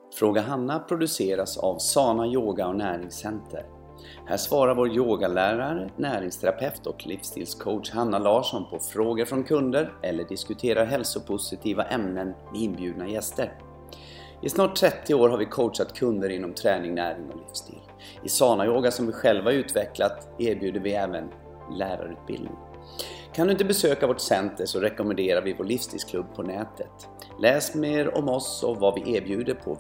Fråga Hanna produceras av Sana Yoga och Näringscenter. Här svarar vår yogalärare, näringsterapeut och livsstilscoach Hanna Larsson på frågor från kunder eller diskuterar hälsopositiva ämnen med inbjudna gäster. I snart 30 år har vi coachat kunder inom träning, näring och livsstil. I Sana Yoga som vi själva utvecklat erbjuder vi även lärarutbildning. Kan du inte besöka vårt center så rekommenderar vi vår livsstilsklubb på nätet. Läs mer om oss och vad vi erbjuder på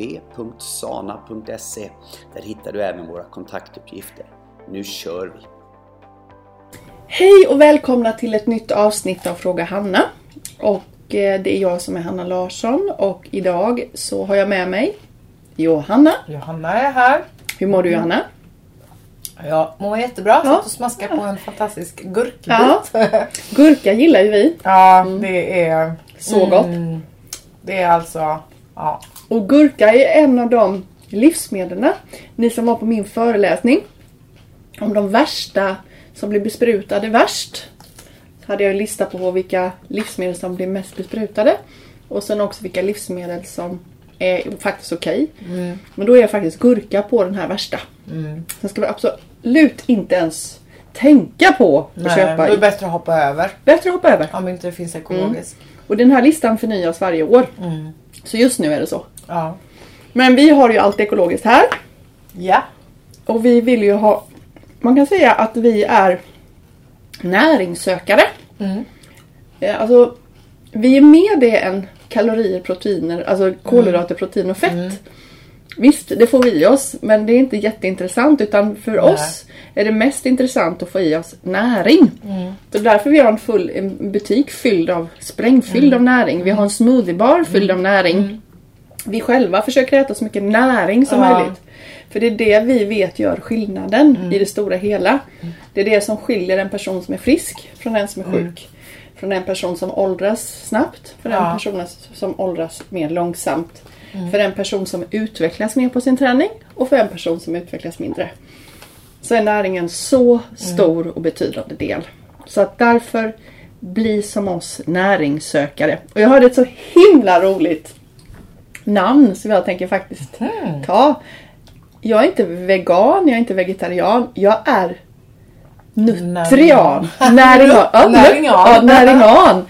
www.sana.se. Där hittar du även våra kontaktuppgifter. Nu kör vi! Hej och välkomna till ett nytt avsnitt av Fråga Hanna. Och det är jag som är Hanna Larsson och idag så har jag med mig Johanna. Johanna är här. Hur mår du, Johanna? Jag mår jättebra. Ja. Satt och smaskar på en fantastisk gurkbit. Ja. Gurka gillar ju vi. Ja, det är så gott. Det är alltså, ja. Och gurka är en av de livsmedlen. Ni som var på min föreläsning om de värsta som blir besprutade värst. Så hade jag en lista på vilka livsmedel som blir mest besprutade. Och sen också vilka livsmedel som är faktiskt okej. Men då är faktiskt gurka på den här värsta. Sen ska vi absolut inte ens tänka på att köpa. Det är bättre att hoppa över. Bättre att hoppa över. Om inte det finns ekologiskt. Och den här listan förnyas varje år. Så just nu är det så. Ja. Men vi har ju allt ekologiskt här. Ja. Och vi vill ju ha... Man kan säga att vi är näringssökare. Alltså, vi är mer det än kalorier, proteiner, alltså kolhydrater, protein och fett. Visst, det får vi i oss, men det är inte jätteintressant, utan för oss är det mest intressant att få i oss näring. Så därför vi har en butik sprängfylld av näring. Vi har en smoothiebar fylld av näring. Vi själva försöker äta så mycket näring som möjligt. För det är det vi vet gör skillnaden i det stora hela. Det är det som skiljer en person som är frisk från en som är sjuk. Från en person som åldras snabbt, från en person som åldras mer långsamt. För en person som utvecklas mer på sin träning och för en person som utvecklas mindre. Så är näringen så stor och betydande del. Så att därför bli som oss näringssökare. Och jag hörde ett så himla roligt namn som jag tänker faktiskt ta. Jag är inte vegan, jag är inte vegetarian. Jag är nutrian. Näringan.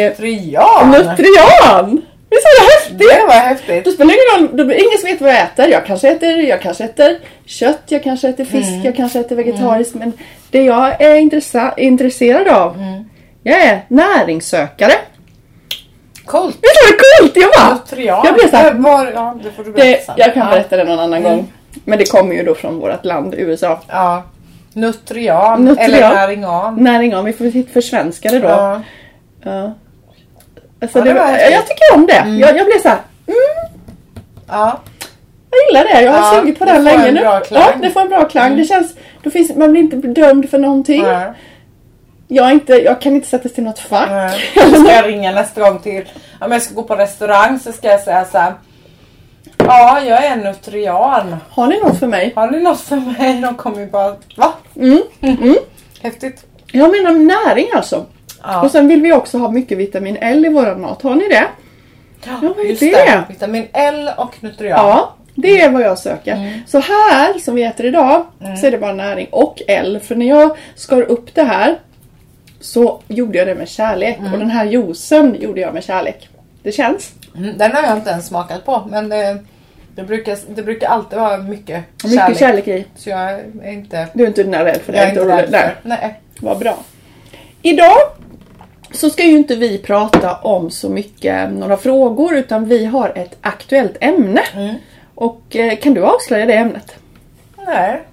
Nutrian. Visst var det häftigt? Det var häftigt. Då spelar ingen roll, då blir ingen som vet vad jag äter. Jag kanske äter kött, jag kanske äter fisk, jag kanske äter vegetariskt. Men det jag är intresserad av, jag är näringssökare. Coolt. Visst var det coolt? Jag blev så här, det får du berätta. jag kan berätta det någon annan gång. Men det kommer ju då från vårt land, USA. Ja. Nutrian. Eller näringan. Näringan, vi får försvenska det då. Ja. Alltså jag tycker om det. Jag blev så här. Ja. Jag gillar det. Jag har sugit på den länge nu. Ja, det får en bra klang. Det känns, man blir inte bedömd för någonting. Jag kan inte sätta till något fack. Jag ska ringa nästa gång till. Om jag ska gå på restaurang så ska jag säga så här. Ja, jag är nutrian. Har ni något för mig? De kommer ju bara, va? Häftigt. Jag menar näring alltså. Och sen vill vi också ha mycket vitamin L i våran mat. Har ni det? Ja, vad är det? Vitamin L och nutrian. Ja, det är vad jag söker. Så här som vi äter idag så är det bara näring och L. För när jag skar upp det här så gjorde jag det med kärlek. Och den här juicen gjorde jag med kärlek. Det känns. Den har jag inte ens smakat på. Men det brukar alltid vara mycket kärlek i. Så jag är inte... Du är inte rädd för det? Jag är inte rädd för. Nej. Vad bra. Idag så ska ju inte vi prata om så mycket några frågor, utan vi har ett aktuellt ämne. Och kan du avslöja det ämnet? Nej.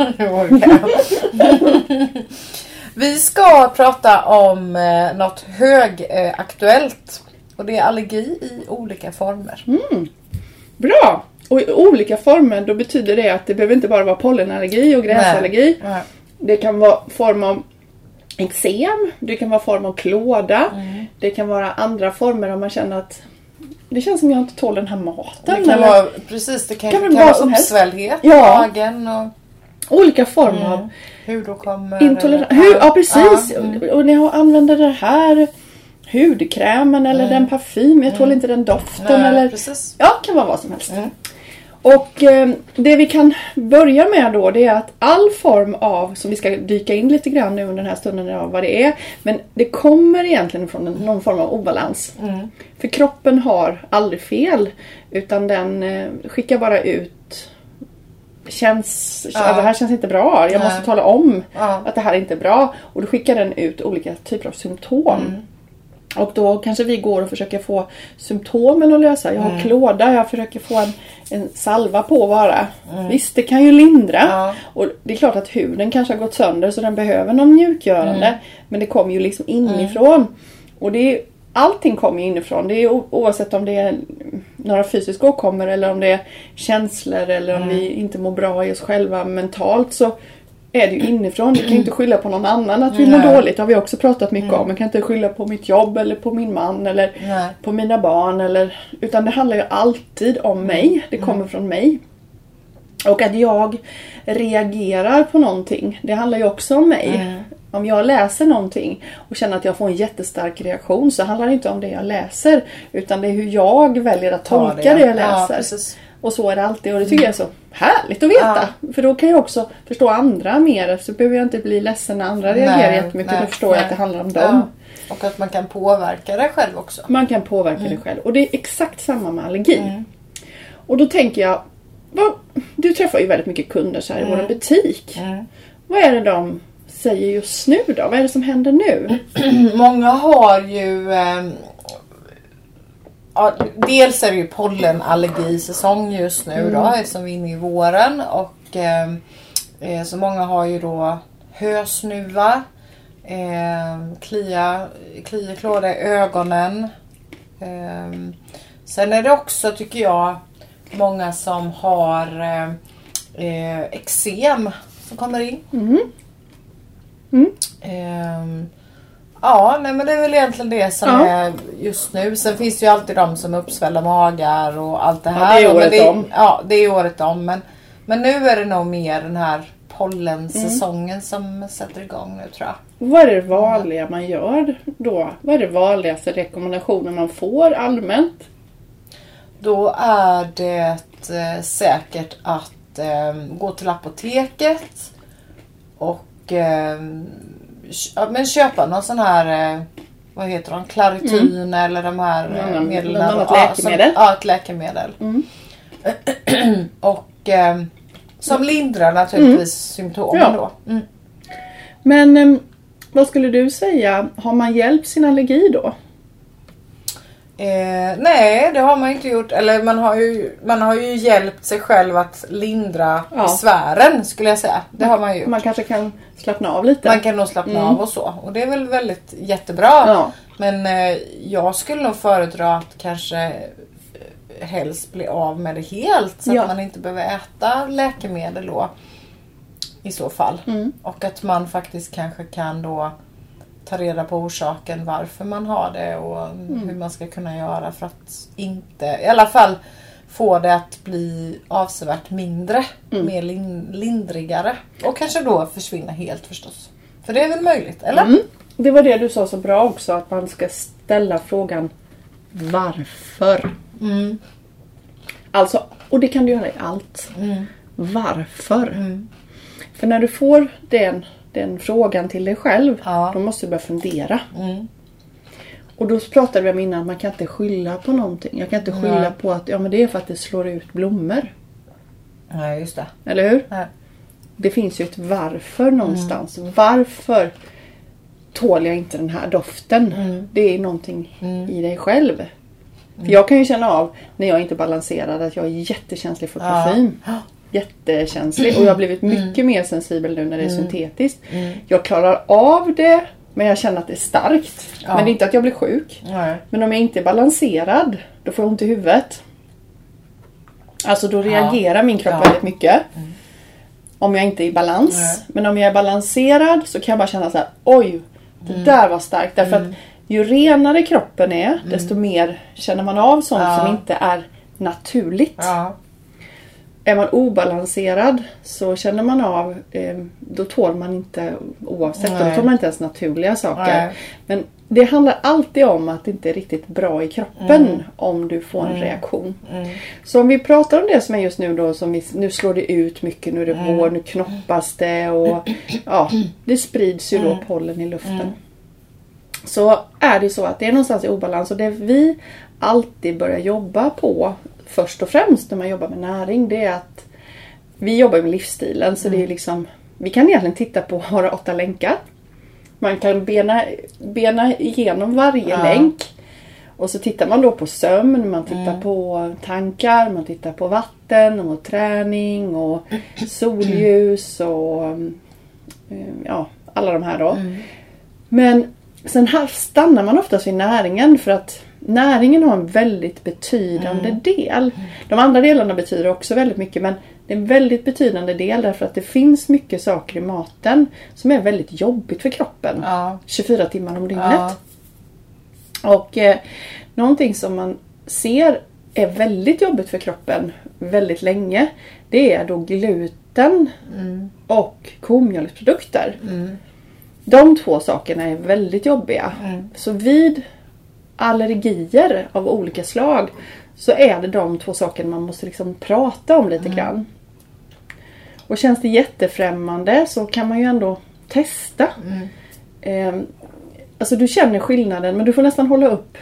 Vi ska prata om något högaktuellt. Och det är allergi i olika former. Bra! Och i olika former, då betyder det att det behöver inte bara vara pollenallergi och gräsallergi. Nej. Det kan vara form av eksem, det kan vara form av klåda. Det kan vara andra former om man känner att det känns som jag inte tål den här maten. Det kan vara, precis, det kan vara uppsvällhet i magen och olika former av hudåkommor. Ja, precis. Och när jag använder det här hudkrämen eller den parfym. Jag tål inte den doften. Nej, eller precis. ja, kan vara vad som helst. Och det vi kan börja med då, det är att all form av, som vi ska dyka in lite grann nu under den här stunden av vad det är, men det kommer egentligen från någon form av obalans. För kroppen har aldrig fel, utan den skickar bara ut det här känns inte bra, jag måste tala om att det här är inte bra, och då skickar den ut olika typer av symptom. Och då kanske vi går och försöker få symptomen att lösa. Jag har klåda, jag försöker få en salva på bara. Visst, det kan ju lindra. Och det är klart att huden kanske har gått sönder så den behöver någon mjukgörande. Men det kommer ju liksom inifrån. Och det är, allting kommer inifrån. Det är oavsett om det är några fysiska åkommor eller om det är känslor eller om vi inte mår bra i oss själva mentalt, så är det ju inifrån. Vi kan inte skylla på någon annan att vi mår dåligt. Det har vi också pratat mycket om. Man kan inte skylla på mitt jobb eller på min man eller på mina barn. Utan det handlar ju alltid om mig. Det kommer från mig. Och att jag reagerar på någonting, det handlar ju också om mig. Om jag läser någonting och känner att jag får en jättestark reaktion, så handlar det inte om det jag läser, utan det är hur jag väljer att tolka det jag läser. Och så är det alltid, och det tycker jag är så härligt att veta. För då kan jag också förstå andra mer, så behöver jag inte bli ledsen när andra reagerar jättemycket. Då förstår jag att det handlar om dem. Och att man kan påverka det själv också. Man kan påverka det själv. Och det är exakt samma med allergi. Och då tänker jag, du träffar ju väldigt mycket kunder så här i vår butik. Vad är det de säger just nu då? Vad är det som händer nu? Många har ju... dels är det ju pollenallergisäsong just nu då, eftersom vi är inne i våren. Och så många har ju då hösnuva, klåda i ögonen. Sen är det också, tycker jag, många som har eksem som kommer in. Men det är väl egentligen det som är just nu. Sen finns det ju alltid de som uppsvällda magar och allt det här. Det är året om. Ja, det är året om. Men nu är det nog mer den här pollensäsongen som sätter igång nu, tror jag. Vad är det vanliga man gör då? Vad är det vanligaste rekommendationen man får allmänt? Då är det säkert att gå till apoteket och men köpa någon sån här, vad heter de, Claritin eller de här medlen. Något läkemedel. Ett läkemedel. Och som lindrar naturligtvis symptomen då. Men vad skulle du säga, har man hjälpt sin allergi då? Nej, det har man inte gjort. Eller man har ju hjälpt sig själv att lindra besvären, skulle jag säga. Det har man ju gjort. Man kanske kan slappna av lite. Man kan nog slappna av och så. Och det är väl väldigt jättebra. Ja. Men jag skulle nog föredra att kanske helst bli av med det helt. Så att man inte behöver äta läkemedel då. I så fall. Och att man faktiskt kanske kan då ta reda på orsaken varför man har det och hur man ska kunna göra för att inte, i alla fall få det att bli avsevärt mindre, mer lindrigare och kanske då försvinna helt förstås. För det är väl möjligt, eller? Det var det du sa så bra också, att man ska ställa frågan varför. Alltså, och det kan du göra i allt. Varför? För när du får den frågan till dig själv, då måste du börja fundera. Och då pratade vi om innan att man kan inte skylla på någonting. Jag kan inte skylla på att men det är för att det slår ut blommor. Nej, just det. Eller hur? Nej. Det finns ju ett varför någonstans. Varför tål jag inte den här doften? Det är någonting i dig själv. För jag kan ju känna av när jag inte är balanserad att jag är jättekänslig för parfym. Jättekänslig. Och jag har blivit mycket mer sensibel nu när det är syntetiskt. Jag klarar av det, men jag känner att det är starkt. Men det är inte att jag blir sjuk. Men om jag inte är balanserad, då får jag ont i huvudet. Alltså då reagerar min kropp väldigt mycket. Om jag inte är i balans. Men om jag är balanserad så kan jag bara känna så här: oj, det där var starkt. Därför att ju renare kroppen är, desto mer känner man av sånt som inte är naturligt. Är man obalanserad så känner man av, då tål man inte oavsett, då tål man inte ens naturliga saker. Men det handlar alltid om att det inte är riktigt bra i kroppen om du får en reaktion. Så om vi pratar om det som är just nu då, som nu slår det ut mycket, nu är det vår, nu knoppas det och det sprids ju då pollen i luften. Så är det så att det är någonstans i obalans, och det vi alltid börjar jobba på först och främst när man jobbar med näring, det är att vi jobbar med livsstilen, så det är liksom, vi kan egentligen titta på våra 8 länkar. Man kan bena igenom varje länk. Och så tittar man då på sömn, man tittar på tankar, man tittar på vatten och träning och solljus och alla de här då. Men sen här stannar man oftast vid näringen, för att näringen har en väldigt betydande del. De andra delarna betyder också väldigt mycket, men det är en väldigt betydande del därför att det finns mycket saker i maten som är väldigt jobbigt för kroppen. 24 timmar om dygnet. Och någonting som man ser är väldigt jobbigt för kroppen väldigt länge, det är då gluten och komjölksprodukter. De 2 sakerna är väldigt jobbiga. Så vid allergier av olika slag så är det de 2 sakerna man måste liksom prata om lite grann. Och känns det jättefrämmande så kan man ju ändå testa. Alltså du känner skillnaden, men du får nästan hålla upp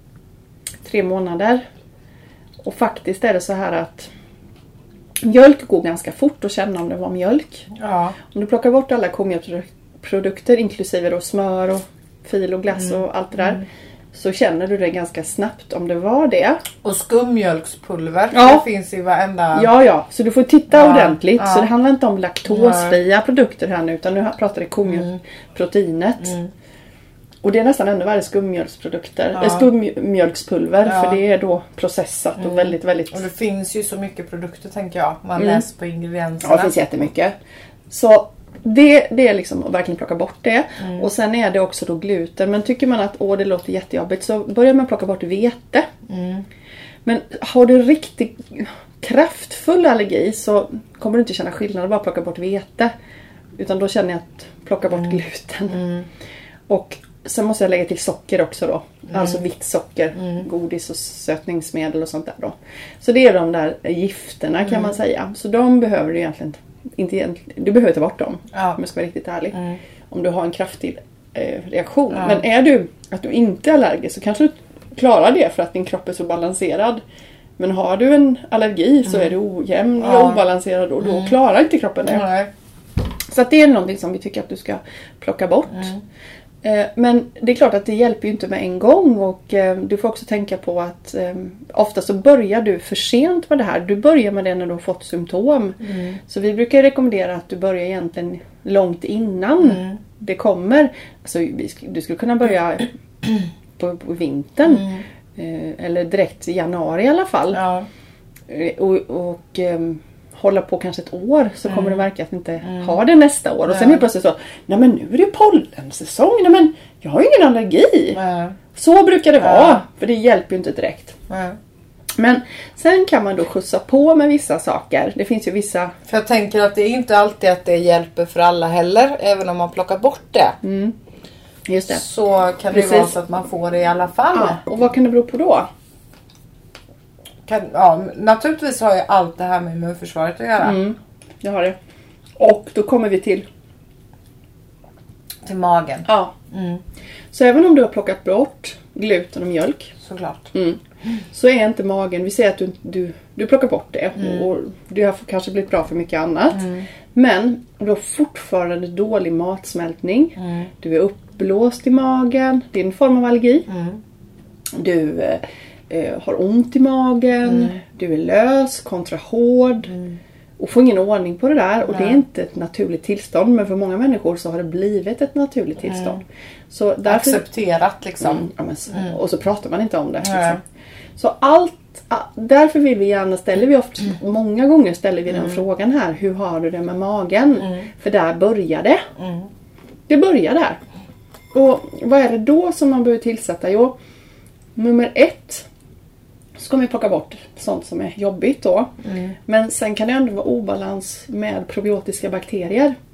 3 månader. Och faktiskt är det så här att mjölk går ganska fort att känna om det var mjölk. Om du plockar bort alla komjölksprodukter inklusive då smör och fil och glass och allt det där, så känner du det ganska snabbt om det var det. Och skummjölkspulver, det finns i varenda... Ja, så du får titta ordentligt. Så det handlar inte om laktosfria produkter här nu, utan nu pratar det komjölksproteinet. Och det är nästan ännu värre skummjölksprodukter. Skummjölkspulver, för det är då processat och väldigt, väldigt... Och det finns ju så mycket produkter, tänker jag. Man läser på ingredienserna. Ja, det finns jättemycket. Så det är liksom att verkligen plocka bort det. Och sen är det också då gluten. Men tycker man att det låter jättejobbigt, så börjar man plocka bort vete. Men har du riktigt kraftfull allergi så kommer du inte känna skillnad att bara plocka bort vete. Utan då känner jag att plocka bort gluten. Och sen måste jag lägga till socker också då. Alltså vitt socker, godis och sötningsmedel och sånt där då. Så det är de där gifterna kan man säga. Så de behöver du egentligen du behöver ta bort dem, om jag ska vara riktigt ärlig. Om du har en kraftig reaktion. Men är du att du inte är allergisk så kanske du klarar det för att din kropp är så balanserad. Men har du en allergi så är du ojämn och obalanserad och då klarar inte kroppen det. Så att det är någonting som vi tycker att du ska plocka bort. Men det är klart att det hjälper ju inte med en gång, och du får också tänka på att ofta så börjar du för sent med det här. Du börjar med det när du har fått symptom. Så vi brukar rekommendera att du börjar egentligen långt innan det kommer. Alltså du skulle kunna börja på vintern eller direkt i januari i alla fall. Och hålla på kanske ett år, så kommer du verka att inte ha det nästa år. Och sen är det plötsligt så, nej men nu är det pollensäsong, nej men jag har ju ingen allergi. Så brukar det vara, för det hjälper ju inte direkt. Men sen kan man då skjutsa på med vissa saker. Det finns ju vissa... För jag tänker att det är inte alltid att det hjälper för alla heller, även om man plockar bort det. Just det. Så kan det vara så att man får det i alla fall. Och vad kan det bero på då? Naturligtvis har ju allt det här med immunförsvaret att göra. Det har det. Och då kommer vi till magen. Så även om du har plockat bort gluten och mjölk, såklart, så är inte magen, vi säger att du plockar bort det och det har kanske blivit bra för mycket annat. Men du har fortfarande dålig matsmältning. Du är uppblåst i magen. Det är en form av allergi. Du har ont i magen. Du är lös, kontrahård. Och får ingen ordning på det där. Och det är inte ett naturligt tillstånd. Men för många människor så har det blivit ett naturligt tillstånd. Så därför, accepterat liksom. Och så pratar man inte om det. Liksom. Så därför vill vi gärna många gånger ställer vi den frågan här. Hur har du det med magen? För där börjar det. Det börjar där. Och vad är det då som man behöver tillsätta? Jo, nummer 1 ska vi plocka bort sånt som är jobbigt då. Men sen kan det ändå vara obalans med probiotiska bakterier.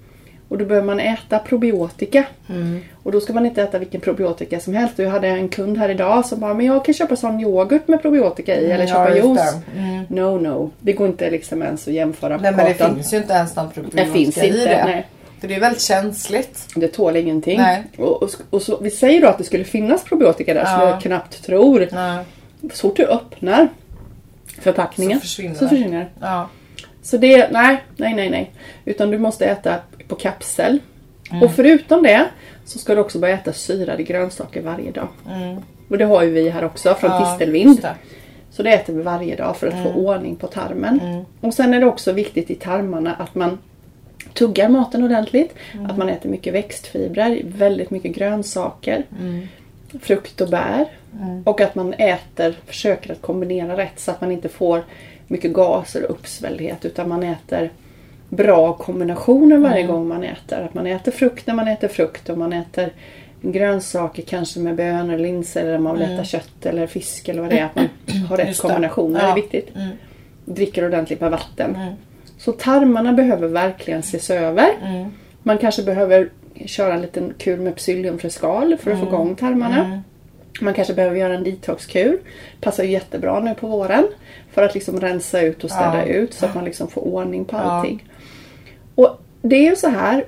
Och då behöver man äta probiotika. Och då ska man inte äta vilken probiotika som helst. Jag hade en kund här idag som bara, men jag kan köpa sån yoghurt med probiotika i. Eller köpa juice. No. Det går inte liksom ens att jämföra. Nej, men det finns ju inte ens någon probiotika det finns inte, i det. Nej. För det är väldigt känsligt. Det tål ingenting. Nej. Och så, vi säger då att det skulle finnas probiotika där som jag knappt tror. Nej. Så fort du öppnar förpackningen så försvinner det. Ja. Så det, nej. Utan du måste äta på kapsel. Och förutom det så ska du också börja äta syrade grönsaker varje dag. Och det har ju vi här också från Tistelvind. Så det äter vi varje dag för att få ordning på tarmen. Och sen är det också viktigt i tarmarna att man tuggar maten ordentligt. Att man äter mycket växtfibrer, väldigt mycket grönsaker. Frukt och bär. Och att man försöker att kombinera rätt så att man inte får mycket gaser och uppsvälldhet. Utan man äter bra kombinationer varje gång man äter. Att man äter frukt när man äter frukt. Och man äter grönsaker kanske med bönor, linser eller man vill äta kött eller fisk eller vad det är. Att man har rätt kombinationer. Det är viktigt. Dricker ordentligt med vatten. Så tarmarna behöver verkligen ses över. Man kanske behöver köra en liten kur med Psyllium frescal för att få igång tarmarna. Man kanske behöver göra en detoxkur. Passar ju jättebra nu på våren. För att liksom rensa ut och städa ut. Så att man liksom får ordning på allting. Och det är ju så här.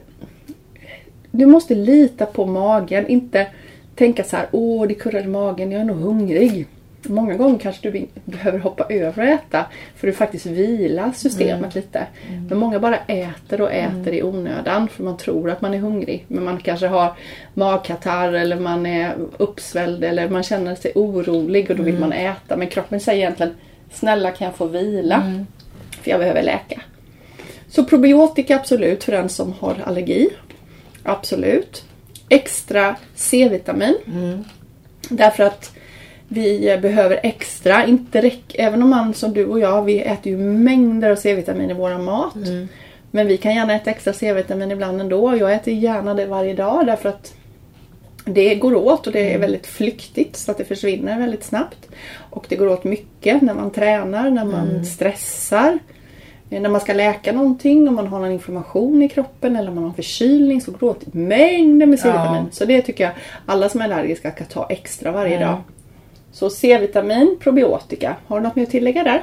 Du måste lita på magen. Inte tänka så här. Det kurrar i magen. Jag är nog hungrig. Många gånger kanske du behöver hoppa över och äta. För du faktiskt vilar systemet lite. Men många bara äter i onödan. För man tror att man är hungrig. Men man kanske har magkatarr. Eller man är uppsvälld. Eller man känner sig orolig. Och då vill man äta. Men kroppen säger egentligen. Snälla, kan jag få vila? För jag behöver läka. Så probiotika absolut för den som har allergi. Absolut. Extra C-vitamin. Därför att vi behöver extra, även om man som du och jag, vi äter ju mängder av C-vitamin i vår mat. Men vi kan gärna äta extra C-vitamin ibland ändå. Jag äter gärna det varje dag därför att det går åt och det är väldigt flyktigt så att det försvinner väldigt snabbt. Och det går åt mycket när man tränar, när man stressar. När man ska läka någonting, om man har någon inflammation i kroppen eller om man har förkylning så går det åt mängder med C-vitamin. Så det tycker jag alla som är allergiska kan ta extra varje dag. Så C-vitamin, probiotika. Har du något mer att tillägga där?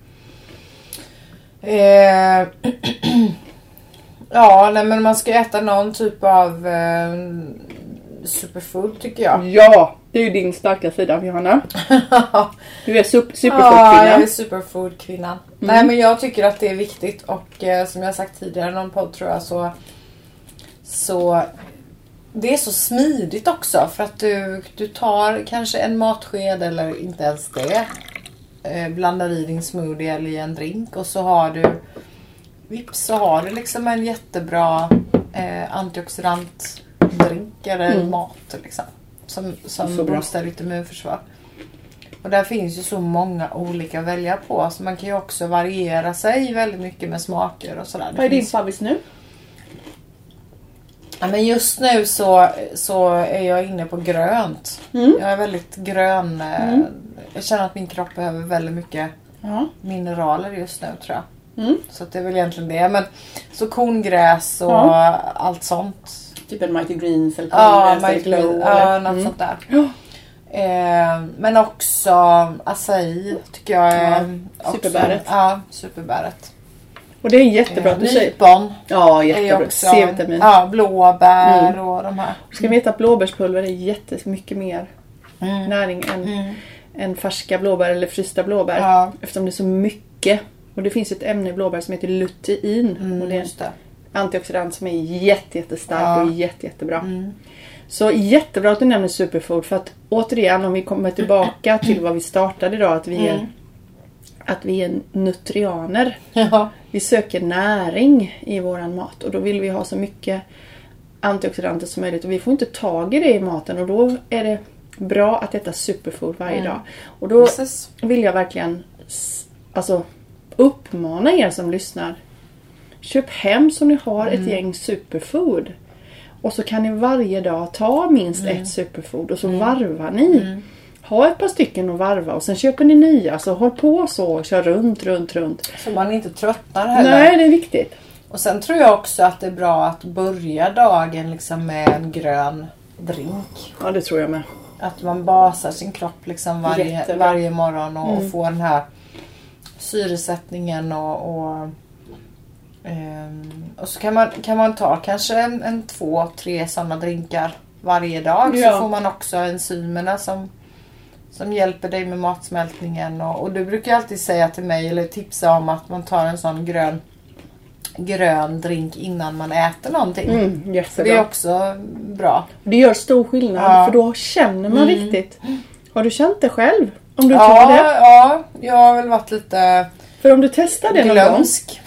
Men man ska äta någon typ av superfood tycker jag. Ja, det är ju din starka sida, Johanna. Du är superfoodkvinnan. Ja, jag är superfoodkvinnan. Nej, men jag tycker att det är viktigt och som jag sagt tidigare i någon podd tror jag så det är så smidigt också för att du tar kanske en matsked eller inte ens det. Blandar i din smoothie eller i en drink och så har du så har du liksom en jättebra antioxidantdrink eller mat liksom, som boostar ditt immunförsvar. Och där finns ju så många olika att välja på så man kan ju också variera sig väldigt mycket med smaker och sådär. Vad är din favorit nu? Ja, men just nu så är jag inne på grönt. Jag är väldigt grön. Jag känner att min kropp behöver väldigt mycket mineraler just nu tror jag. Så det är väl egentligen det. Men så korngräs och allt sånt. Typ en Mighty Greens eller korngräs eller glow. Ja, något sånt där. Men också acai tycker jag är superbäret. Ja, superbäret. Och det är jättebra att du säger. Nypon. Ja, jättebra. C-vitamin. Ja, blåbär och de här. Ska vi veta att blåbärspulver är jättemycket mer näring än färska blåbär eller frysta blåbär. Ja. Eftersom det är så mycket. Och det finns ett ämne i blåbär som heter lutein. Och det är en antioxidant som är jättestark och jättebra. Så jättebra att du nämner superfood. För att återigen, om vi kommer tillbaka till vad vi startade idag. Att vi är nutrianer. Ja. Vi söker näring i våran mat. Och då vill vi ha så mycket antioxidanter som möjligt. Och vi får inte tag i det i maten. Och då är det bra att äta superfood varje dag. Och då vill jag verkligen uppmana er som lyssnar. Köp hem så ni har ett gäng superfood. Och så kan ni varje dag ta minst ett superfood. Och så varvar ni. Ha ett par stycken och varva. Och sen köper ni nya. Så håll på så och kör runt. Så man inte tröttnar heller. Nej, det är viktigt. Och sen tror jag också att det är bra att börja dagen liksom med en grön drink. Ja, det tror jag med. Att man basar sin kropp liksom varje morgon och får den här syresättningen och så kan man ta kanske en 2-3 sådana drinkar varje dag. Så får man också enzymerna som hjälper dig med matsmältningen. Och du brukar alltid säga till mig eller tipsa om att man tar en sån grön drink innan man äter någonting. Det är också bra. Det gör stor skillnad för då känner man riktigt. Har du känt det själv? Om du tror det? Ja, jag har väl varit lite... För om du testar det glömsk.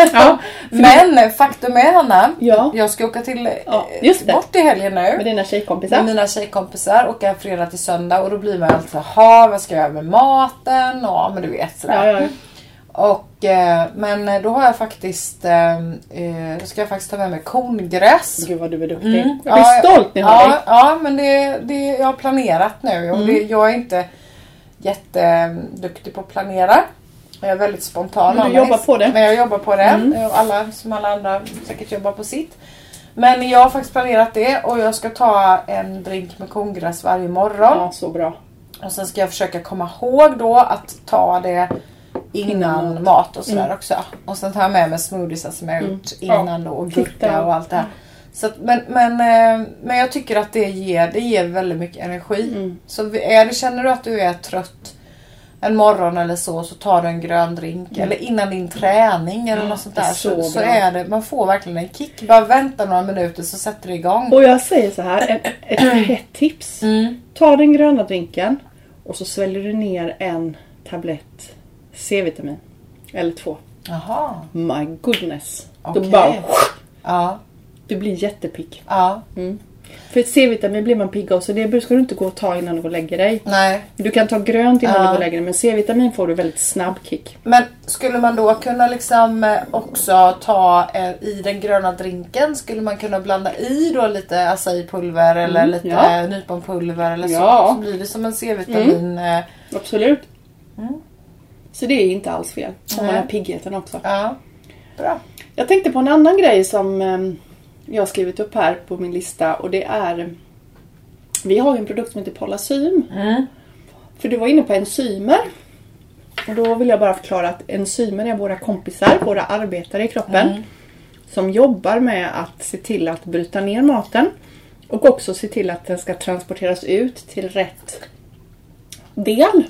Men faktum är, Hanna, jag ska åka till bort i helgen nu. Med dina tjejkompisar. Med mina tjejkompisar. Åka fredag till söndag. Och då blir man alltid vad ska jag göra med maten? Ja, men du vet sådär. Ja. Och, men då har jag faktiskt ska jag faktiskt ta med mig kongräs. Gud vad du är duktig. Jag blir stolt när jag har dig. Ja, men det jag har planerat nu. Och jag är inte jätteduktig på att planera. Jag är väldigt spontan. Men du jobbar på det. Men jag jobbar på det. Och alla andra säkert jobbar på sitt. Men jag har faktiskt planerat det. Och jag ska ta en drink med kongräs varje morgon. Ja, så bra. Och sen ska jag försöka komma ihåg då att ta det innan mat och sådär också. Och sen tar jag med mig smoothies som jag har gjort innan då. Och gurka och allt det här. Så att, men jag tycker att det ger väldigt mycket energi. Så känner du att du är trött en morgon eller så tar du en grön drink. Eller innan din träning eller något sånt där. Så är det, man får verkligen en kick. Bara vänta några minuter så sätter det igång. Och jag säger så här, ett tips. Ta den gröna drinken och så sväljer du ner en tablett C-vitamin. Eller 2. Jaha. My goodness. Okay. Då bara... Du blir jättepigg. Ja. För C-vitamin blir man pigg av, så det ska du inte gå och ta innan du går och lägger dig. Nej. Du kan ta grönt innan du går och lägger dig, men C-vitamin får du väldigt snabb kick. Men skulle man då kunna liksom också ta i den gröna drinken, skulle man kunna blanda i då lite acai-pulver eller lite nyponpulver eller så blir det som en C-vitamin. Absolut. Så det är inte alls fel. Om man har piggheten också. Ja, bra. Jag tänkte på en annan grej som jag har skrivit upp här på min lista. Och det är... Vi har en produkt som heter Polazym. För du var inne på enzymer. Och då vill jag bara förklara att enzymer är våra kompisar, våra arbetare i kroppen. Som jobbar med att se till att bryta ner maten. Och också se till att den ska transporteras ut till rätt del.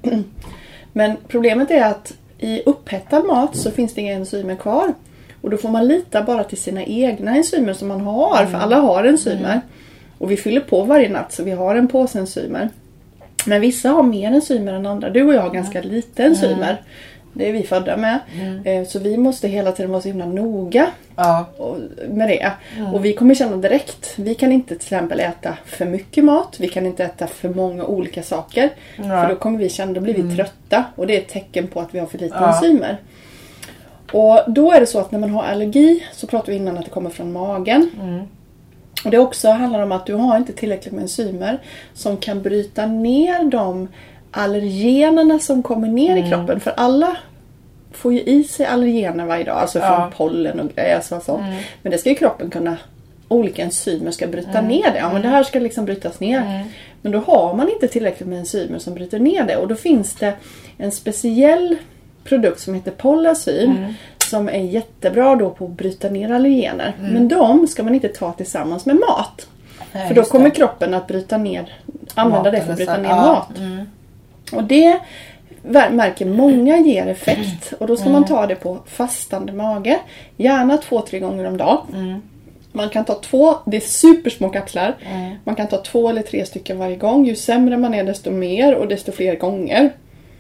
Men problemet är att i upphettad mat så finns det inga enzymer kvar. Och då får man lita bara till sina egna enzymer som man har. För alla har enzymer. Och vi fyller på varje natt så vi har en påse enzymer. Men vissa har mer enzymer än andra. Du och jag har ganska lite enzymer. Det är vi födda med. Så vi måste hela tiden vara så himla noga med det. Och vi kommer känna direkt. Vi kan inte till exempel äta för mycket mat. Vi kan inte äta för många olika saker. För då kommer vi känna, då blir vi trötta. Och det är ett tecken på att vi har för lite enzymer. Och då är det så att när man har allergi så pratar vi innan att det kommer från magen. Och det också handlar om att du har inte tillräckligt med enzymer som kan bryta ner de allergenerna som kommer ner i kroppen. För alla får ju i sig allergener varje dag. Alltså från pollen och grejer. Så. Men det ska ju kroppen kunna... Olika enzymer ska bryta ner det. Ja, men det här ska liksom brytas ner. Men då har man inte tillräckligt med enzymer som bryter ner det. Och då finns det en speciell produkt som heter Polazym. Som är jättebra då på att bryta ner allergener. Men de ska man inte ta tillsammans med mat. För då kommer kroppen att bryta ner, använda det för att bryta ner mat. Och det märker många ger effekt. Och då ska man ta det på fastande mage. Gärna 2-3 gånger om dagen. Man kan ta 2, det är supersmå kapslar. Man kan ta 2 eller 3 stycken varje gång. Ju sämre man är desto mer och desto fler gånger.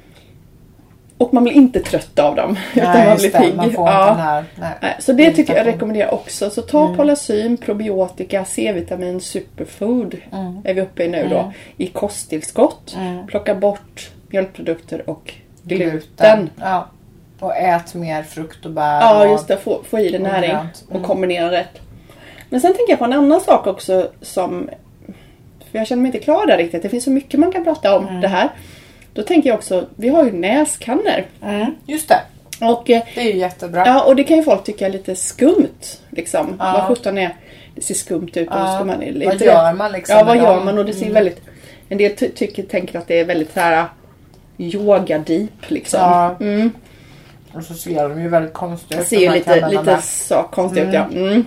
Och man blir inte trött av dem. Utan man blir pigg. Man får inte den här, så det tycker jag rekommenderar också. Så ta Polazym, probiotika, C-vitamin, superfood. Är vi uppe i nu då. I kosttillskott. Plocka bort mjölkprodukter och gluten. Ja. Och ät mer frukt och bär. Ja, just det. Få i det näring. Och kombinera rätt. Men sen tänker jag på en annan sak också som... För jag känner mig inte klar där riktigt. Det finns så mycket man kan prata om det här. Då tänker jag också, vi har ju näskannor. Just det. Och, det är ju jättebra. Ja, och det kan ju folk tycka är lite skumt. Liksom. Vad 17 är, det ser skumt ut. Och ska man lite, vad gör man liksom? Ja, vad gör man? Och det ser väldigt, en del tänker att det är väldigt så här yoga-deep liksom. Ja. Och så ser de ju väldigt konstiga ut. Ser ju lite så konstigt ut, ja.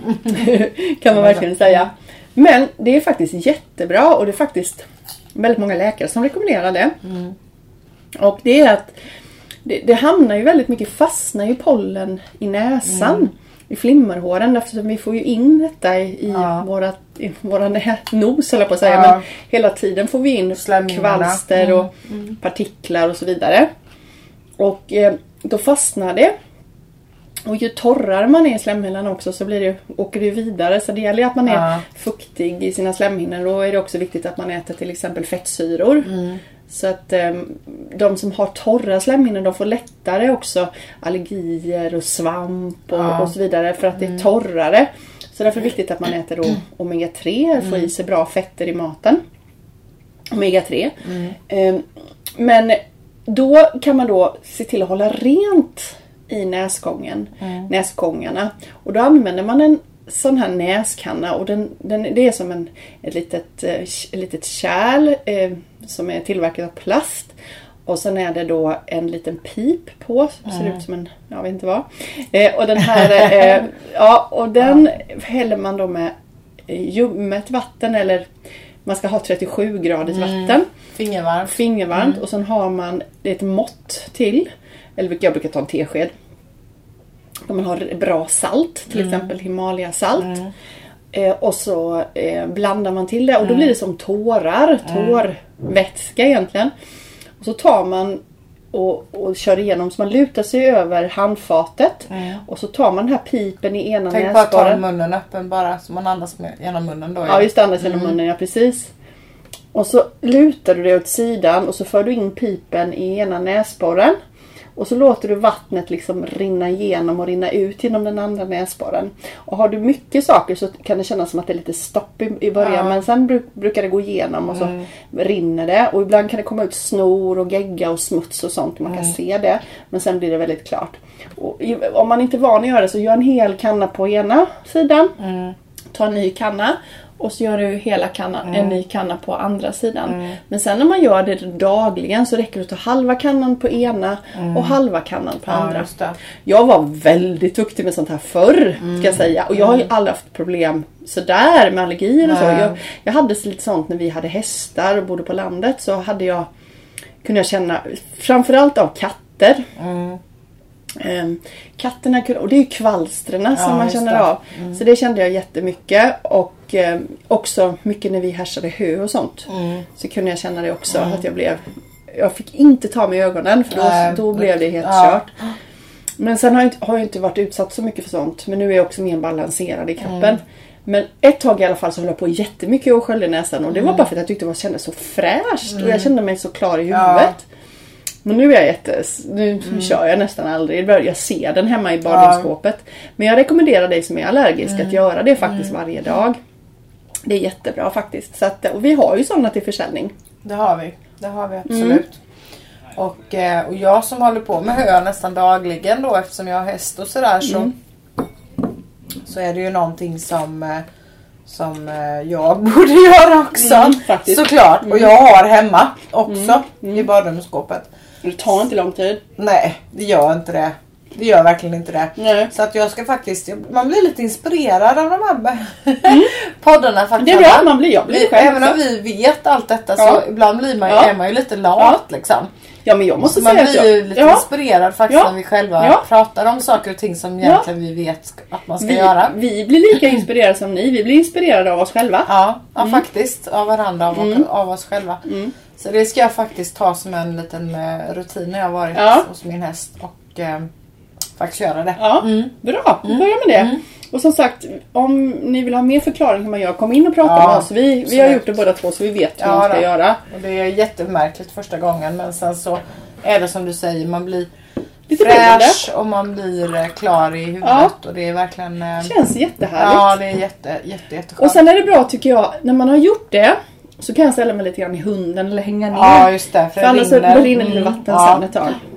Kan man verkligen säga. Men det är faktiskt jättebra och det är faktiskt väldigt många läkare som rekommenderar det. Och det är att det hamnar ju väldigt mycket, fastnar ju pollen i näsan, i flimmerhåren, eftersom vi får ju in detta i våra nos, eller på att säga, men hela tiden får vi in kvalster och partiklar och så vidare. Och då fastnar det. Och ju torrare man är i slemhinnan också så åker det vidare. Så det gäller att man är fuktig i sina slemhinnor. Då är det också viktigt att man äter till exempel fettsyror. Så att de som har torra slemhinnor, de får lättare också allergier och svamp och så vidare. För att det är torrare. Så därför är det viktigt att man äter då omega-3. Får i sig bra fetter i maten. Omega-3. Men då kan man då se till att hålla rent i näsgångarna. Och då använder man en sån här näskanna. Och det är som ett litet kärl som är tillverkat av plast. Och sen är det då en liten pip på. Som ser ut som en, jag vet inte vad. Och den här, och den häller man då med ljummet vatten. Eller man ska ha 37-gradigt vatten. Fingervarmt. Och sen har man ett mått till. Eller jag brukar ta en tesked. Om man har bra salt. Till exempel Himalaya-salt. Och så blandar man till det. Och då blir det som tårvätska egentligen. Och så tar man och kör igenom. Så man lutar sig över handfatet. Och så tar man den här pipen i ena näsborren. Tänk bara ta munnen öppen bara. Så man andas med genom munnen då. Ja, just andas genom munnen, ja precis. Och så lutar du det åt sidan. Och så för du in pipen i ena näsborren. Och så låter du vattnet liksom rinna igenom och rinna ut genom den andra näsborren. Och har du mycket saker så kan det kännas som att det är lite stopp i början. Men sen brukar det gå igenom och så rinner det. Och ibland kan det komma ut snor och gegga och smuts och sånt. Man kan se det. Men sen blir det väldigt klart. Och om man inte är van att göra det så gör en hel kanna på ena sidan. Ta en ny kanna. Och så gör du hela kannan, en ny kanna på andra sidan. Men sen när man gör det dagligen så räcker det att ta halva kannan på ena och halva kannan på andra. Jag var väldigt duktig med sånt här förr, ska jag säga. Och jag har ju aldrig haft problem sådär med allergier och så. Jag hade lite sånt när vi hade hästar och bodde på landet. Så kunde jag känna, framförallt av katter. Katterna, och det är ju kvalstrena som man känner av. Så det kände jag jättemycket. Och också mycket när vi härsade hö och sånt. Så kunde jag känna det också. Att jag fick inte ta mig i ögonen. För då blev det helt kört. Men sen har jag inte varit utsatt så mycket för sånt. Men nu är jag också mer balanserad i kroppen. Men ett tag i alla fall så höll jag på jättemycket och sköljde näsan. Och det var bara för att jag tyckte det kändes så fräscht. Och jag kände mig så klar i huvudet. Men nu är jag nu kör jag nästan aldrig. Jag ser den hemma i badrumsskåpet. Men jag rekommenderar dig som är allergisk att göra det faktiskt varje dag. Det är jättebra faktiskt. Så att, och vi har ju sådana till försäljning. Det har vi absolut. Och jag som håller på med hö nästan dagligen då, eftersom jag har häst och sådär, så är det ju någonting som jag borde göra också. Såklart. Och jag har hemma också i badrumsskåpet. Det tar inte lång tid. Nej, det gör inte det. Det gör verkligen inte det. Nej. Så att jag ska faktiskt, man blir lite inspirerad av de här poddarna faktiskt. Det är bra, jag blir själv. Även om vi vet allt detta så ibland är man ju lite lat liksom. Ja, men jag måste säga man blir ju lite inspirerad faktiskt när vi själva pratar om saker och ting som egentligen vi vet att man ska göra. Vi blir lika inspirerade som ni. Vi blir inspirerade av oss själva. Ja, faktiskt. Av varandra, av oss själva. Så det ska jag faktiskt ta som en liten rutin när jag har varit hos min häst och faktiskt göra det. Ja, bra. Börja med det. Och som sagt, om ni vill ha mer förklaring hur man gör, kom in och prata med oss. Vi har gjort det båda två så vi vet hur man ska göra. Och det är jättemärkligt första gången, men sen så är det som du säger, man blir lite fräsch och man blir klar i huvudet och det är verkligen... Det känns jättehärligt. Ja, det är jätteskönt. Och sen är det bra tycker jag, när man har gjort det så kan jag ställa mig lite grann i hunden eller hänga ner. Ja, just det. För annars rinner lite vatten sen ett tag.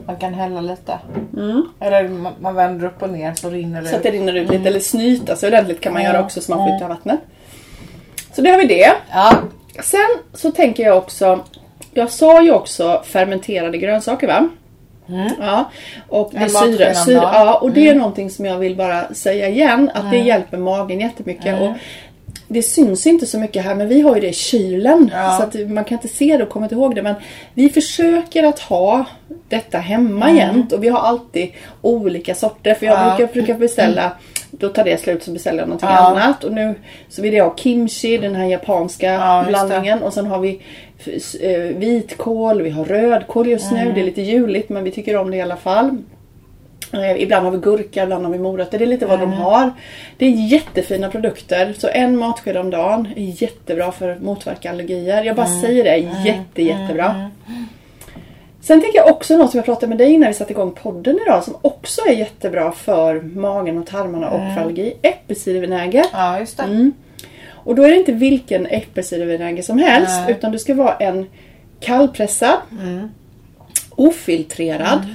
Man kan hälla lite. Eller man vänder upp och ner så rinner det ut. Så att det rinner ut lite eller snyta så ordentligt kan man göra också så man får ut av vattnet. Så det har vi det. Ja. Sen så tänker jag också, jag sa ju också fermenterade grönsaker va? Ja, och det syra, ja, och det är någonting som jag vill bara säga igen att det hjälper magen jättemycket och det syns inte så mycket här men vi har ju det i kylen så att man kan inte se det och kommer inte ihåg det men vi försöker att ha detta hemma jämt och vi har alltid olika sorter för jag brukar beställa då tar det slut så beställer jag någonting annat och nu så vill jag ha kimchi, den här japanska blandningen och sen har vi vitkål, vi har rödkål just nu, det är lite juligt men vi tycker om det i alla fall. Ibland har vi gurka, ibland har vi morötter. Det är lite vad de har. Det är jättefina produkter. Så en matsked om dagen är jättebra för att motverka allergier. Jag bara säger det, jättebra. Sen tänker jag också något som jag pratade med dig när vi satte igång podden idag. Som också är jättebra för magen och tarmarna och för allergi. Äppelcidervinäger. Ja, just det. Och då är det inte vilken äppelcidervinäger som helst. Utan det ska vara en kallpressad. Ofiltrerad.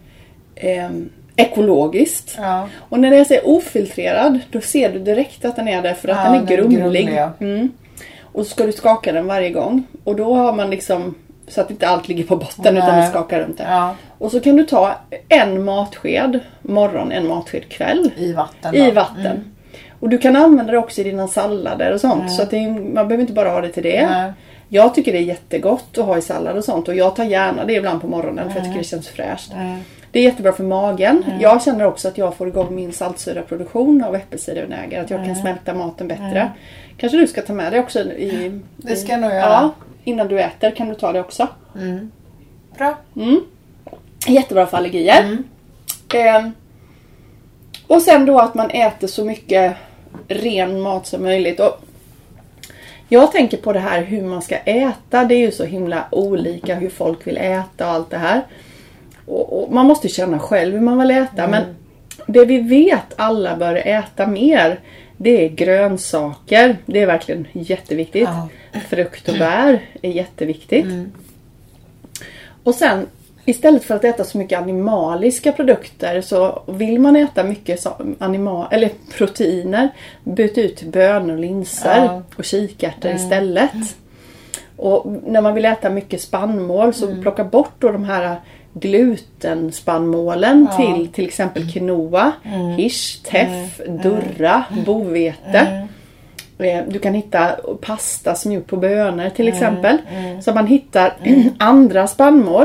Ekologiskt. Och när jag säger ofiltrerad då ser du direkt att den är där för att den är grumlig. Och så ska du skaka den varje gång. Och då har man liksom så att inte allt ligger på botten utan du skakar runt det. Och så kan du ta en matsked morgon, en matsked kväll. I vatten. Och du kan använda det också i dina sallader och sånt. Så att man behöver inte bara ha det till det. Jag tycker det är jättegott att ha i sallad och sånt. Och jag tar gärna det ibland på morgonen för jag tycker det känns fräscht. Det är jättebra för magen. Jag känner också att jag får igång min saltsyraproduktion av äppelcidervinäger. Att jag kan smälta maten bättre. Kanske du ska ta med det också det ska jag nog göra. Ja, innan du äter kan du ta det också. Bra. Jättebra för allergier. Och sen då att man äter så mycket ren mat som möjligt. Och jag tänker på det här hur man ska äta. Det är ju så himla olika hur folk vill äta och allt det här. Och man måste känna själv hur man vill äta. Men det vi vet alla bör äta mer. Det är grönsaker. Det är verkligen jätteviktigt. Frukt och bär är jätteviktigt. Och sen istället för att äta så mycket animaliska produkter så vill man äta mycket eller proteiner. Byta ut bönor, linser och kikärtor istället. Och när man vill äta mycket spannmål så plocka bort då de här glutenspannmålen till exempel quinoa, hirs, teff, durra, bovete. Du kan hitta pasta som gjort på bönor till exempel. Så man hittar andra spannmål.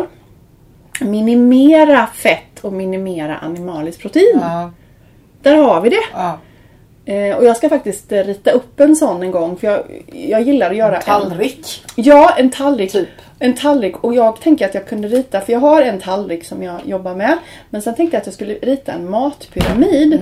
Minimera fett och minimera animaliskt protein. Där har vi det. Och jag ska faktiskt rita upp en sån en gång. För jag gillar att göra en tallrik. En tallrik. Typ. En tallrik. Och jag tänker att jag kunde rita. För jag har en tallrik som jag jobbar med. Men sen tänkte jag att jag skulle rita en matpyramid.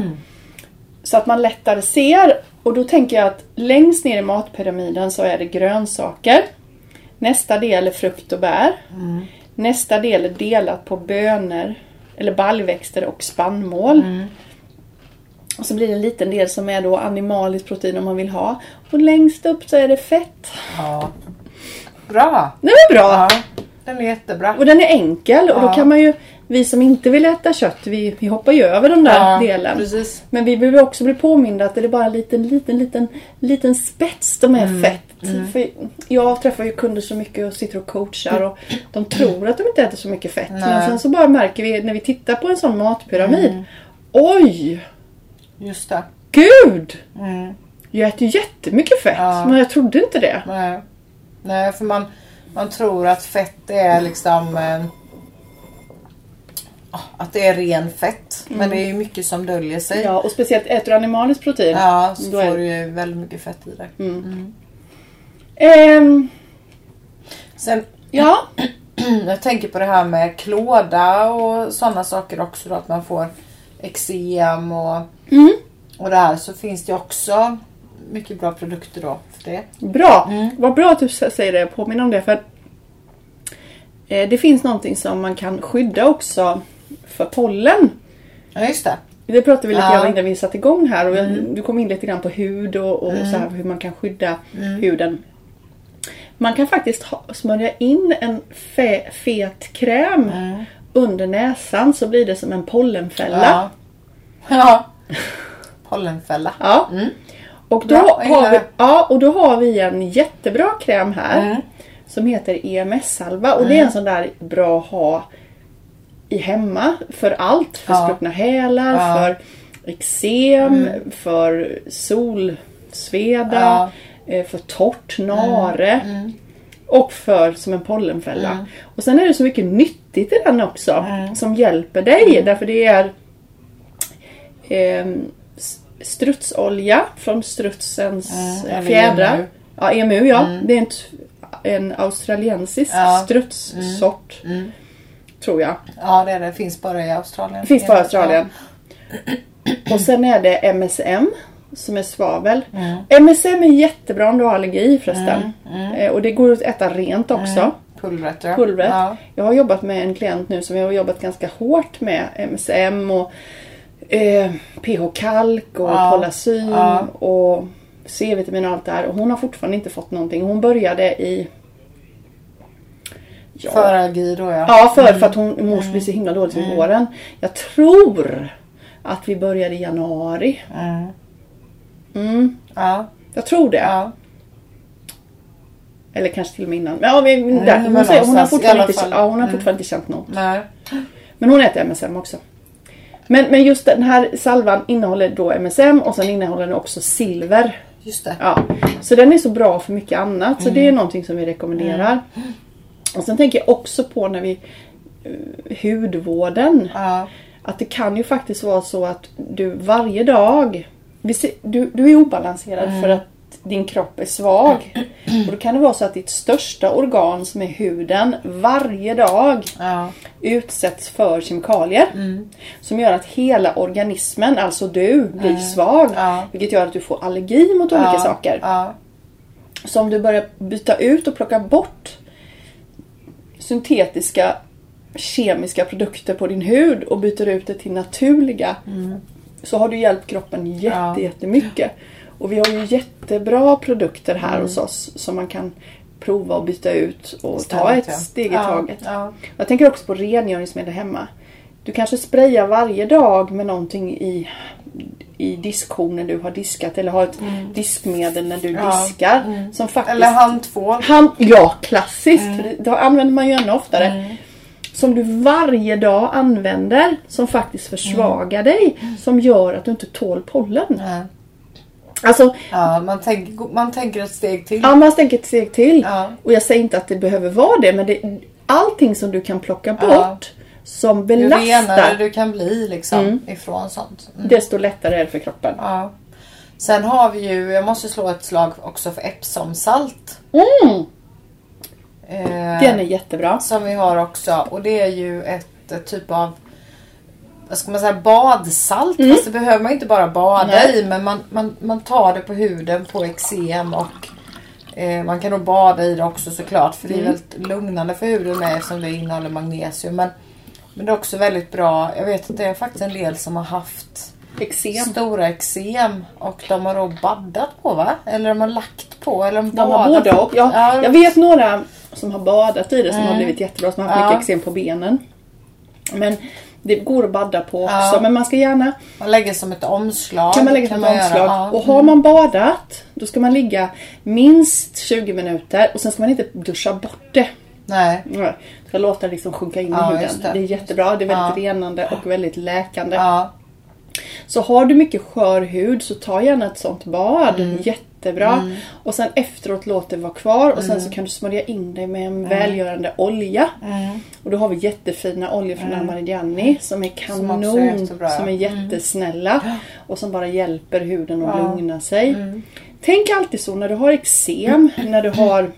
Så att man lättare ser. Och då tänker jag att längst ner i matpyramiden så är det grönsaker. Nästa del är frukt och bär. Nästa del är delat på bönor. Eller baljväxter och spannmål. Och så blir det en liten del som är då animaliskt protein om man vill ha. Och längst upp så är det fett. Bra. Den är bra. Ja, den är jättebra. Och den är enkel. Och då kan man ju, vi som inte vill äta kött, vi hoppar ju över den där delen. Precis. Men vi behöver också bli påminda att det är bara en liten spets som är fett. För jag träffar ju kunder så mycket och sitter och coachar och de tror att de inte äter så mycket fett. Men sen så bara märker vi när vi tittar på en sån matpyramid. Oj! Just det. Gud! Jag äter jättemycket fett, men jag trodde inte det. Nej, för man tror att fett är liksom att det är ren fett. Men det är ju mycket som döljer sig. Ja, och speciellt äter du animaliskt protein. Ja, så får du ju väldigt mycket fett i det. Sen, jag tänker på det här med klåda och sådana saker också. Då, att man får eksem och det här. Så finns det också mycket bra produkter då för det. Bra, vad bra att du säger det. Påminner om det. För det finns någonting som man kan skydda också för pollen. Ja, just det. Det pratade vi lite grann innan vi satt igång här. Och du kom in lite grann på hud och så här, hur man kan skydda huden. Man kan faktiskt smörja in en fet kräm under näsan så blir det som en pollenfälla. Ja. Pollenfälla. Ja. Och då har vi en jättebra kräm här som heter EMS-salva. Och det är en sån där bra att ha i hemma för allt. För spruckna hälar, för eksem, för solsveda, för torrt nare. Och för som en pollenfälla. Och sen är det så mycket nyttigt i den också. Som hjälper dig. Därför det är strutsolja från strutsens fjädrar. Ja, emu, ja. Det är en australiensisk strutssort. Tror jag. Ja, det finns bara i Australien. Finns bara i Australien. Och sen är det MSM som är svavel. MSM är jättebra om du har allergi förresten. Och det går att äta rent också. Pulvret. Ja. Jag har jobbat med en klient nu som jag har jobbat ganska hårt med MSM och pH-kalk och Polacyn och C-vitamin och allt det här. Och hon har fortfarande inte fått någonting. Hon började i... För allergi då, Ja, för att mors blir så himla dåligt med våren. Jag tror att vi började i januari. Jag tror det. Ja. Eller kanske till och med innan. Men hon har fortfarande inte känt något. Nej. Men hon äter MSM också. Men just den här salvan innehåller då MSM och sen innehåller den också silver. Just det. Ja. Så den är så bra för mycket annat. Så det är någonting som vi rekommenderar. Och sen tänker jag också på när vi hudvården. Att det kan ju faktiskt vara så att du varje dag du är obalanserad för att din kropp är svag. Och då kan det vara så att ditt största organ som är huden varje dag utsätts för kemikalier. Som gör att hela organismen, alltså du, blir svag. Vilket gör att du får allergi mot olika saker. Så om du börjar byta ut och plocka bort syntetiska kemiska produkter på din hud och byter ut det till naturliga så har du hjälpt kroppen jättemycket. Och vi har ju jättebra produkter här hos oss som man kan prova och byta ut och ta ett steg i taget. Jag tänker också på rengöringsmedel hemma. Du kanske sprayar varje dag med någonting i diskhon när du har diskat eller har ett diskmedel när du diskar. Som faktiskt, eller handtvål. Ja, klassiskt. För det använder man ju ännu oftare. Som du varje dag använder som faktiskt försvagar dig. Som gör att du inte tål pollen. Alltså, man tänker ett steg till. Ja, man tänker ett steg till. Och jag säger inte att det behöver vara det. Men allting som du kan plocka bort som belastar. Ju renare du kan bli liksom, ifrån sånt. Desto lättare är det för kroppen. Sen har vi ju, jag måste slå ett slag också för Epsom-salt. Den är jättebra. Som vi har också. Och det är ju ett typ av, vad ska man säga, badsalt. Fast det behöver man inte bara bada i. Men man tar det på huden, på eksem. Och man kan nog bada i det också såklart. För det är väldigt lugnande för huden med, eftersom det innehåller magnesium. Men det är också väldigt bra. Jag vet att det är faktiskt en del som har haft stora eksem. Och de har då baddat på, va? Eller de har lagt på. Eller de har både och. Jag vet några som har badat i det som har blivit jättebra. Som har haft mycket eksem på benen. Men det går att badda på också. Men man ska gärna... Man lägger som ett omslag. Kan man lägga som ett omslag. Och har man badat, då ska man ligga minst 20 minuter. Och sen ska man inte duscha bort det. Nej. Du ska låta det liksom sjunka in i huden. Det är jättebra. Det är väldigt renande och väldigt läkande. Så har du mycket skör hud så ta gärna ett sånt bad. Jättebra. Och sen efteråt låt det vara kvar. Och sen så kan du smörja in dig med en välgörande olja. Och då har vi jättefina oljor från Armani som är kanon. Som är jättesnälla. Och som bara hjälper huden att lugna sig. Tänk alltid så när du har eksem. När du har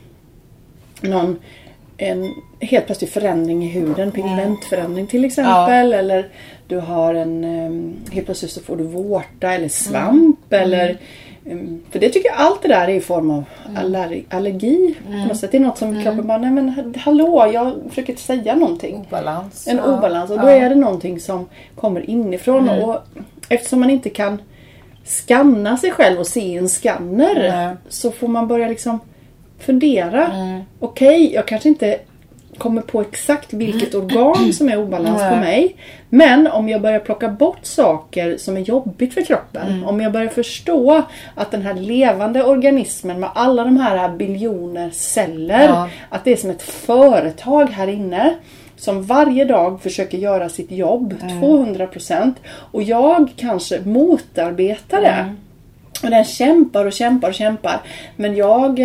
en helt plötslig förändring i huden. Pigmentförändring till exempel. Eller du har helt plötsligt så får du vårta eller svamp. Eller, för det tycker jag allt det där är i form av allergi. På något sätt. Det är något som kroppen bara, nej men hallå, jag försöker säga någonting. En obalans. Och då är det någonting som kommer inifrån. Och eftersom man inte kan skanna sig själv och se en skanner. Så får man börja liksom fundera. Okej, jag kanske inte kommer på exakt vilket organ som är obalans på mig. Men om jag börjar plocka bort saker som är jobbigt för kroppen. Om jag börjar förstå att den här levande organismen med alla de här biljoner celler. Att det är som ett företag här inne. Som varje dag försöker göra sitt jobb 200%. Och jag kanske motarbetar det. Och den kämpar och kämpar och kämpar. Men jag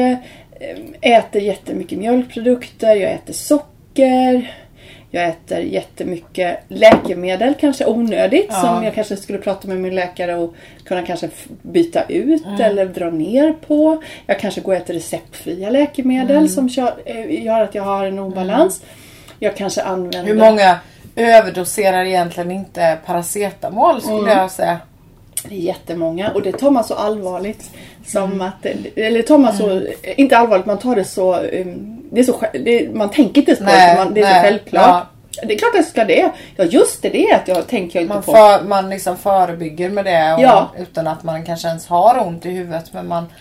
äter jättemycket mjölkprodukter. Jag äter socker. Jag äter jättemycket läkemedel. Kanske onödigt. Som jag kanske skulle prata med min läkare och kunna kanske byta ut. Eller dra ner på. Jag kanske går och äter receptfria läkemedel. Som gör att jag har en obalans. Jag kanske använder... Hur många överdoserar egentligen inte paracetamol skulle jag säga? Det är jättemånga och det tar man så allvarligt som att, eller tar man så, inte allvarligt, man tar det så, det är så man tänker inte på det, det är så självklart. Ja. Det är klart att jag ska det. Ja, just det att jag tänker inte på. Man liksom förebygger med det och, utan att man kanske ens har ont i huvudet, men man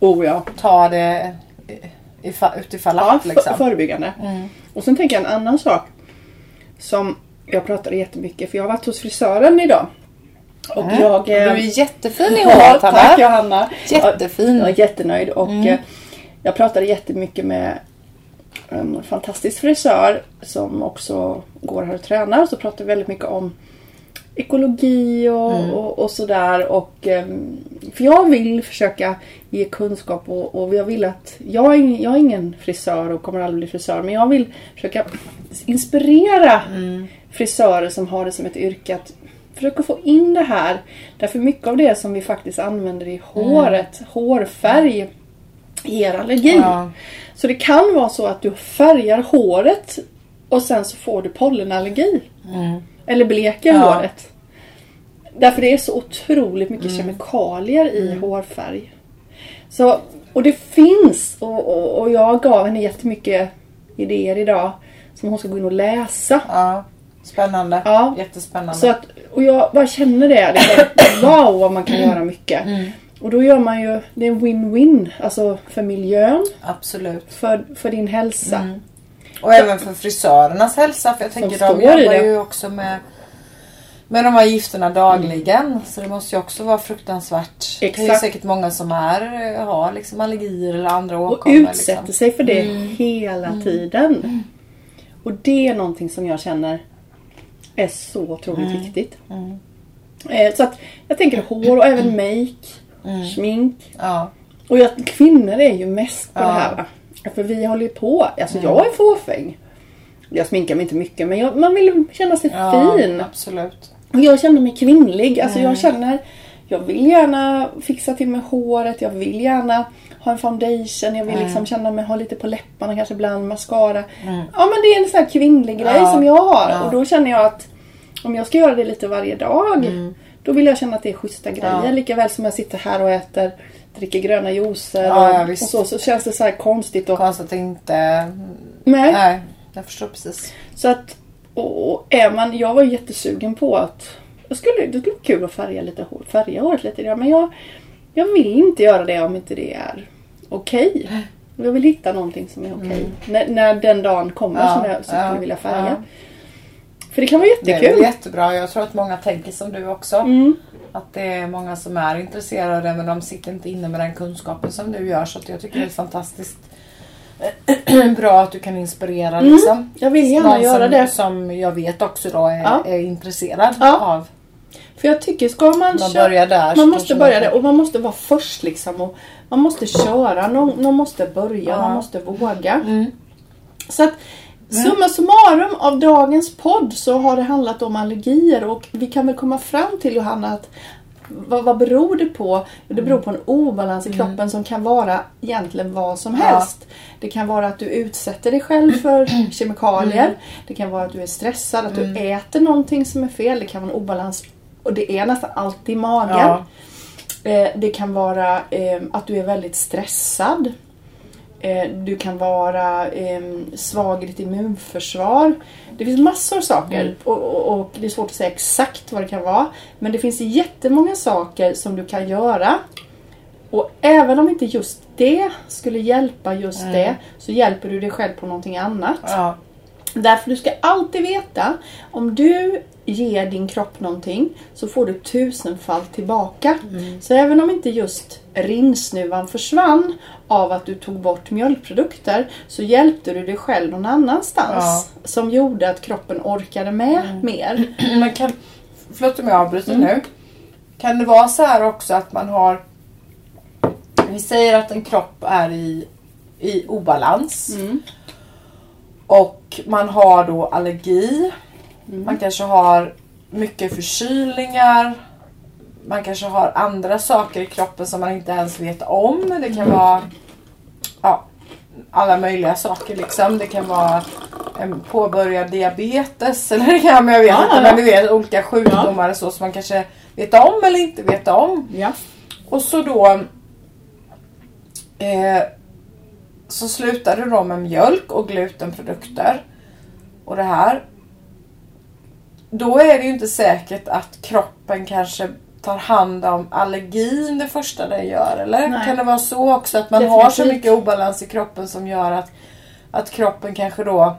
tar det utifall att liksom. Förebyggande. Och sen tänker jag en annan sak som jag pratade jättemycket, för jag har varit hos frisören idag. Och du är jättefin i håret, Hanna. Tack Johanna. Jättefin. Jag är jättenöjd och jag pratade jättemycket med en fantastisk frisör som också går här och tränar. Så pratade vi väldigt mycket om ekologi och sådär. Och, för jag vill försöka ge kunskap och jag vill att jag är ingen frisör och kommer aldrig bli frisör, men jag vill försöka inspirera frisörer som har det som ett yrke att försöka få in det här. Därför mycket av det som vi faktiskt använder i håret, hårfärg, ger allergi. Så det kan vara så att du färgar håret och sen så får du pollenallergi. Eller bleker håret. Därför det är så otroligt mycket kemikalier i hårfärg. Så, och det finns, och jag gav henne jättemycket idéer idag som hon ska gå in och läsa. Spännande. Jättespännande. Så att, och jag bara känner det. Wow, vad man kan göra mycket. Och då gör man ju, det är en win-win. Alltså för miljön. Absolut. För din hälsa. Och även för frisörernas hälsa. För jag tänker de jobbar ju också med de här gifterna dagligen. Så det måste ju också vara fruktansvärt. Exakt. Det är säkert många som har liksom allergier eller andra åkommor. Och utsätter sig för det hela tiden. Och det är någonting som jag känner är så otroligt viktigt. Så att jag tänker hår och även make, smink. Och kvinnor är ju mest på det här. Va? För vi håller ju på. Alltså jag är fåfäng. Jag sminkar mig inte mycket, men man vill känna sig fin. Absolut. Och jag känner mig kvinnlig. Alltså jag vill gärna fixa till med håret. Jag vill gärna ha en foundation. Jag vill liksom känna mig, ha lite på läpparna, kanske ibland mascara. Ja, men det är en sån här kvinnlig grej som jag har. Och då känner jag att om jag ska göra det lite varje dag, då vill jag känna att det är schyssta grejer. Lika väl som jag sitter här och dricker gröna juicer och så känns det så här konstigt. Konstigt att inte... Nej, jag förstår precis. Så att, jag var jättesugen på att det skulle vara kul att färga håret lite grann, men jag vill inte göra det om inte det är okej. Jag vill hitta någonting som är okej. När den dagen kommer som jag skulle vilja färga. För det kan vara jättekul. Det är jättebra. Jag tror att många tänker som du också. Att det är många som är intresserade, men de sitter inte inne med den kunskapen som du gör. Så att jag tycker det är fantastiskt bra att du kan inspirera liksom. Jag vill gärna göra det. Som jag vet också då är intresserad av. För jag tycker man börjar där. Man måste börja där och man måste vara först liksom. Och man måste köra. Någon måste börja. Man måste våga. Så att summa summarum av dagens podd så har det handlat om allergier. Och vi kan väl komma fram till, Johanna, att vad beror det på? Det beror på en obalans i kroppen som kan vara egentligen vad som helst. Det kan vara att du utsätter dig själv för kemikalier. Det kan vara att du är stressad, att du äter någonting som är fel. Det kan vara en obalans, och det är nästan alltid i magen. Det kan vara att du är väldigt stressad. Du kan vara svag i ditt immunförsvar. Det finns massor av saker och det är svårt att säga exakt vad det kan vara. Men det finns jättemånga saker som du kan göra. Och även om inte just det skulle hjälpa just det, så hjälper du dig själv på någonting annat. Därför du ska alltid veta, om du ger din kropp någonting så får du 1000-fall tillbaka. Så även om inte just rinnsnuvan försvann av att du tog bort mjölkprodukter, så hjälpte du dig själv någon annanstans som gjorde att kroppen orkade med mer. Men förlåt om jag avbryter nu. Kan det vara så här också att man har, vi säger att en kropp är i obalans och man har då allergi, man kanske har mycket förkylningar, man kanske har andra saker i kroppen som man inte ens vet om. Det kan vara alla möjliga saker liksom. Det kan vara en påbörjad diabetes eller det kan jag vet inte, men du vet olika sjukdomar så som man kanske vet om eller inte vet om. Ja. Och så då så slutar du då med mjölk och glutenprodukter och det här. Då är det ju inte säkert att kroppen kanske tar hand om allergin det första den gör, eller? Nej. Kan det vara så också att man har så mycket obalans i kroppen som gör att kroppen kanske då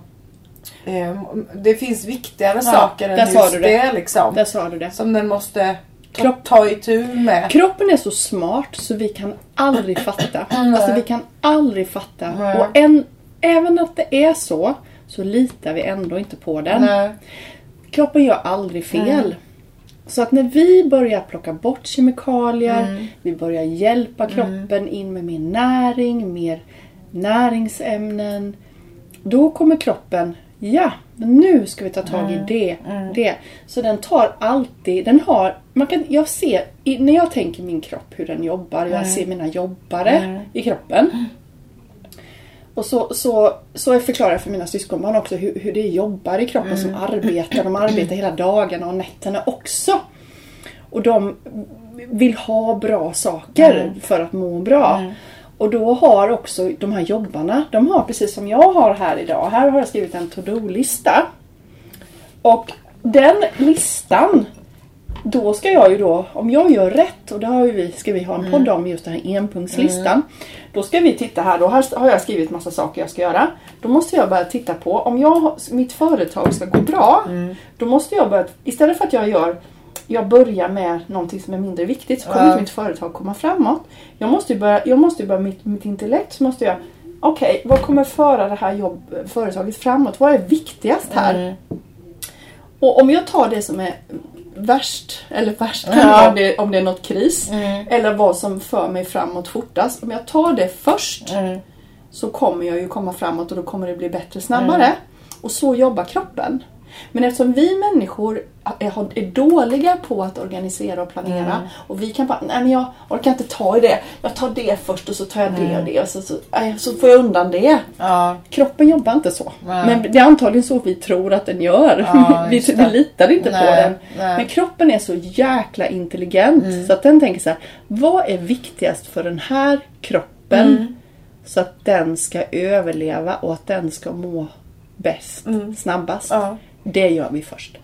det finns viktigare saker än just det liksom. Där sa du det. Som den måste ta itu med. Kroppen är så smart så vi kan aldrig fatta. Alltså vi kan aldrig fatta. Och även att det är så litar vi ändå inte på den. Nej. Kroppen gör aldrig fel. Så att när vi börjar plocka bort kemikalier, vi börjar hjälpa kroppen in med mer näring, mer näringsämnen, då kommer kroppen, men nu ska vi ta tag i det. Så den tar alltid, jag ser, när jag tänker min kropp hur den jobbar, jag ser mina jobbare i kroppen. Och så förklarar jag för mina syskonbarn också hur det jobbar i kroppen som arbetar. De arbetar hela dagarna och nätterna också. Och de vill ha bra saker för att må bra. Och då har också de här jobbarna, de har precis som jag har här idag. Här har jag skrivit en to-do-lista. Och den listan, då ska jag ju då, om jag gör rätt, och det har ju ska vi ha en podd om just den här enpunktslistan. Då ska vi titta här, då har jag skrivit massa saker jag ska göra. Då måste jag börja titta på, om mitt företag ska gå bra, då måste jag börja, istället för att jag börjar med någonting som är mindre viktigt, så kommer inte mitt företag komma framåt. Jag måste börja mitt intellekt, så måste jag, okej, vad kommer föra det här företaget framåt? Vad är viktigast här? Och om jag tar det som är värst kan det vara om det är något kris, eller vad som för mig framåt fortast. Om jag tar det först, så kommer jag ju komma framåt och då kommer det bli bättre snabbare. Och så jobbar kroppen. Men eftersom vi människor är dåliga på att organisera och planera, och vi kan bara, nej men jag orkar inte ta i det, jag tar det först och så tar jag det och det och så får jag undan det. Kroppen jobbar inte så. Men det är antagligen så vi tror att den gör. Vi litar inte på den. Men kroppen är så jäkla intelligent så att den tänker så här: vad är viktigast för den här kroppen så att den ska överleva och att den ska må bäst, snabbast. Det gör vi först.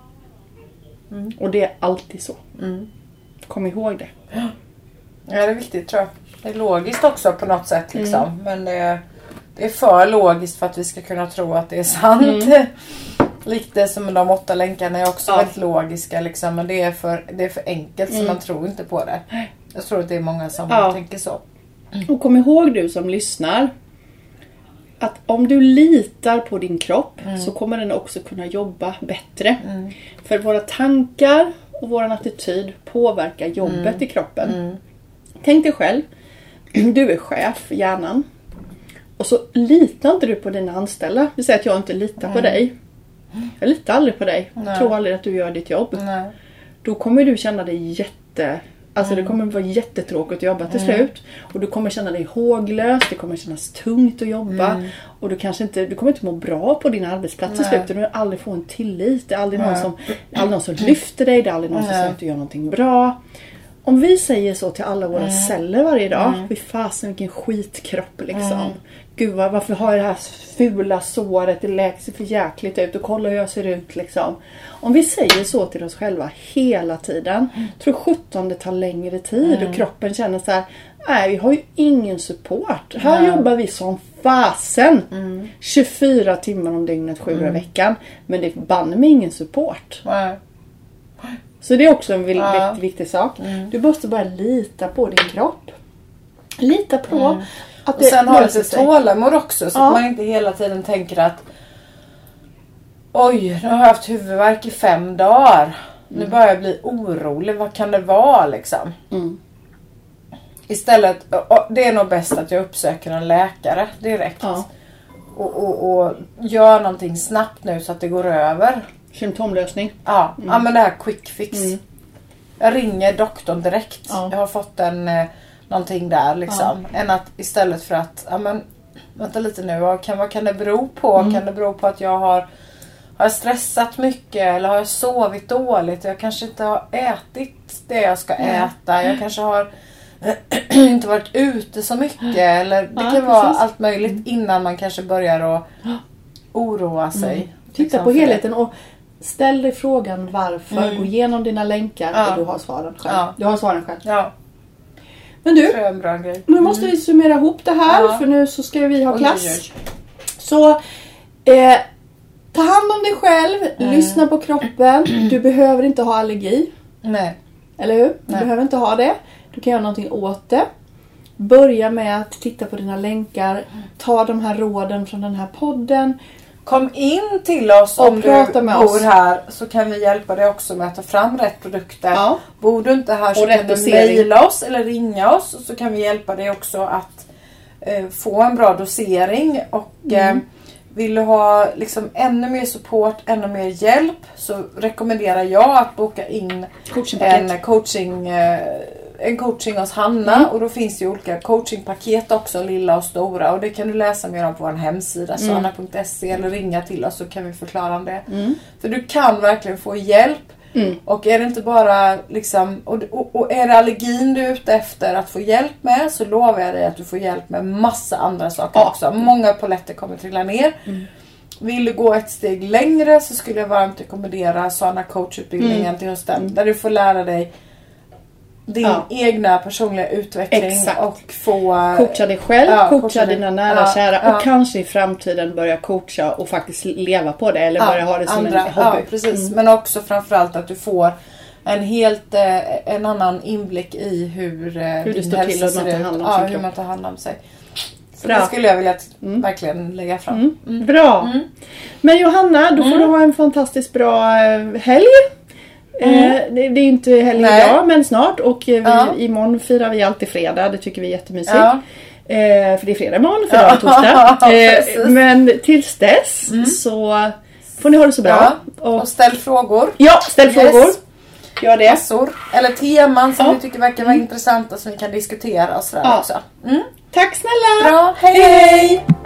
Och det är alltid så. Kom ihåg det. Ja, det är viktigt, tror jag. Det är logiskt också på något sätt liksom. Men det är för logiskt för att vi ska kunna tro att det är sant. Likt det som de 8 länkarna är också väldigt logiska liksom. Men det är för enkelt så man tror inte på det. Jag tror att det är många som tänker så. Och kom ihåg, du som lyssnar, att om du litar på din kropp så kommer den också kunna jobba bättre. För våra tankar och vår attityd påverkar jobbet i kroppen. Tänk dig själv, du är chef, hjärnan. Och så litar inte du på dina anställda. Vi säger att jag inte litar på dig. Jag litar aldrig på dig. Jag tror aldrig att du gör ditt jobb. Då kommer du känna dig det kommer vara jättetråkigt att jobba till slut. Och du kommer känna dig håglös. Det kommer kännas tungt att jobba. Och du kommer inte må bra på din arbetsplats till slut. Du kommer aldrig få en tillit. Det är aldrig någon som lyfter dig. Det är aldrig någon som säger att du gör någonting bra. Om vi säger så till alla våra celler varje dag. Fy fasen, vilken skitkropp liksom. Gud, varför har jag det här fula såret? Det läker för jäkligt ut. Och kolla hur jag ser ut liksom. Om vi säger så till oss själva hela tiden. Tror 17 det tar längre tid. Och kroppen känner så här: nej, vi har ju ingen support. Här jobbar vi som fasen 24 timmar om dygnet 7 dagar i veckan. Men det banner med ingen support. Nej. Så det är också en viktig sak. Du måste bara lita på din kropp. Lita på att det. Och sen har lite tålamod också. Så att man inte hela tiden tänker att oj, nu har jag haft huvudvärk i 5 dagar. Nu börjar jag bli orolig. Vad kan det vara liksom? Istället, det är nog bäst att jag uppsöker en läkare direkt. Och gör någonting snabbt nu så att det går över. Symptomlösning. Ja, men det här quick fix. Jag ringer doktorn direkt. Jag har fått någonting där liksom. Än att istället för att, vänta lite nu. Vad kan det bero på? Kan det bero på att jag har stressat mycket? Eller har jag sovit dåligt? Jag kanske inte har ätit det jag ska äta. Jag kanske har inte varit ute så mycket. Eller det kan vara allt möjligt innan man kanske börjar att oroa sig. Titta på helheten och ställ dig frågan varför. Gå igenom dina länkar och du har svaren själv. Du har svaren själv. Ja. Men du, det är en bra grej. Nu måste vi summera ihop det här. För nu så ska vi ha klass. Så ta hand om dig själv. Lyssna på kroppen. Du behöver inte ha allergi. Nej. Eller hur? Du behöver inte ha det. Du kan göra någonting åt det. Börja med att titta på dina länkar. Ta de här råden från den här podden. Kom in till oss om du bor här, så kan vi hjälpa dig också med att ta fram rätt produkter. Bor du inte här så kan du mejla oss eller ringa oss, och så kan vi hjälpa dig också att få en bra dosering. Och vill du ha liksom ännu mer support, ännu mer hjälp, så rekommenderar jag att boka in en coaching hos Hanna. Och då finns det ju olika coachingpaket också, lilla och stora. Och det kan du läsa mer om på vår hemsida, sana.se, eller ringa till oss så kan vi förklara om det. För du kan verkligen få hjälp. Och är det inte bara liksom, och är det allergin du är ute efter att få hjälp med, så lovar jag dig att du får hjälp med massa andra saker också. Många poletter kommer trilla ner. Vill du gå ett steg längre, så skulle jag varmt rekommendera Sana coachutbildningen till hösten. Där du får lära dig din egna personliga utveckling. Och få coacha dig själv, coacha dina nära kära och kanske i framtiden börja coacha och faktiskt leva på det, eller börja ha det som en hobby. Ja, precis. Men också framförallt att du får en annan inblick i hur det står till och hur man tar hand om sig. Så det skulle jag vilja verkligen lägga fram. Bra. Men Johanna, då får du ha en fantastiskt bra helg. Det är inte heller idag, men snart. Och imorgon firar vi alltid fredag. Det tycker vi är jättemysigt. För det är fredag imorgon, för idag är torsdag. Men tills dess så får ni ha det så bra. Och ställ frågor. Ja, ställ frågor. Gör det. Massor. Eller teman som vi tycker verkar vara intressanta, som vi kan diskutera och sådär också. Tack snälla. Bra, hej!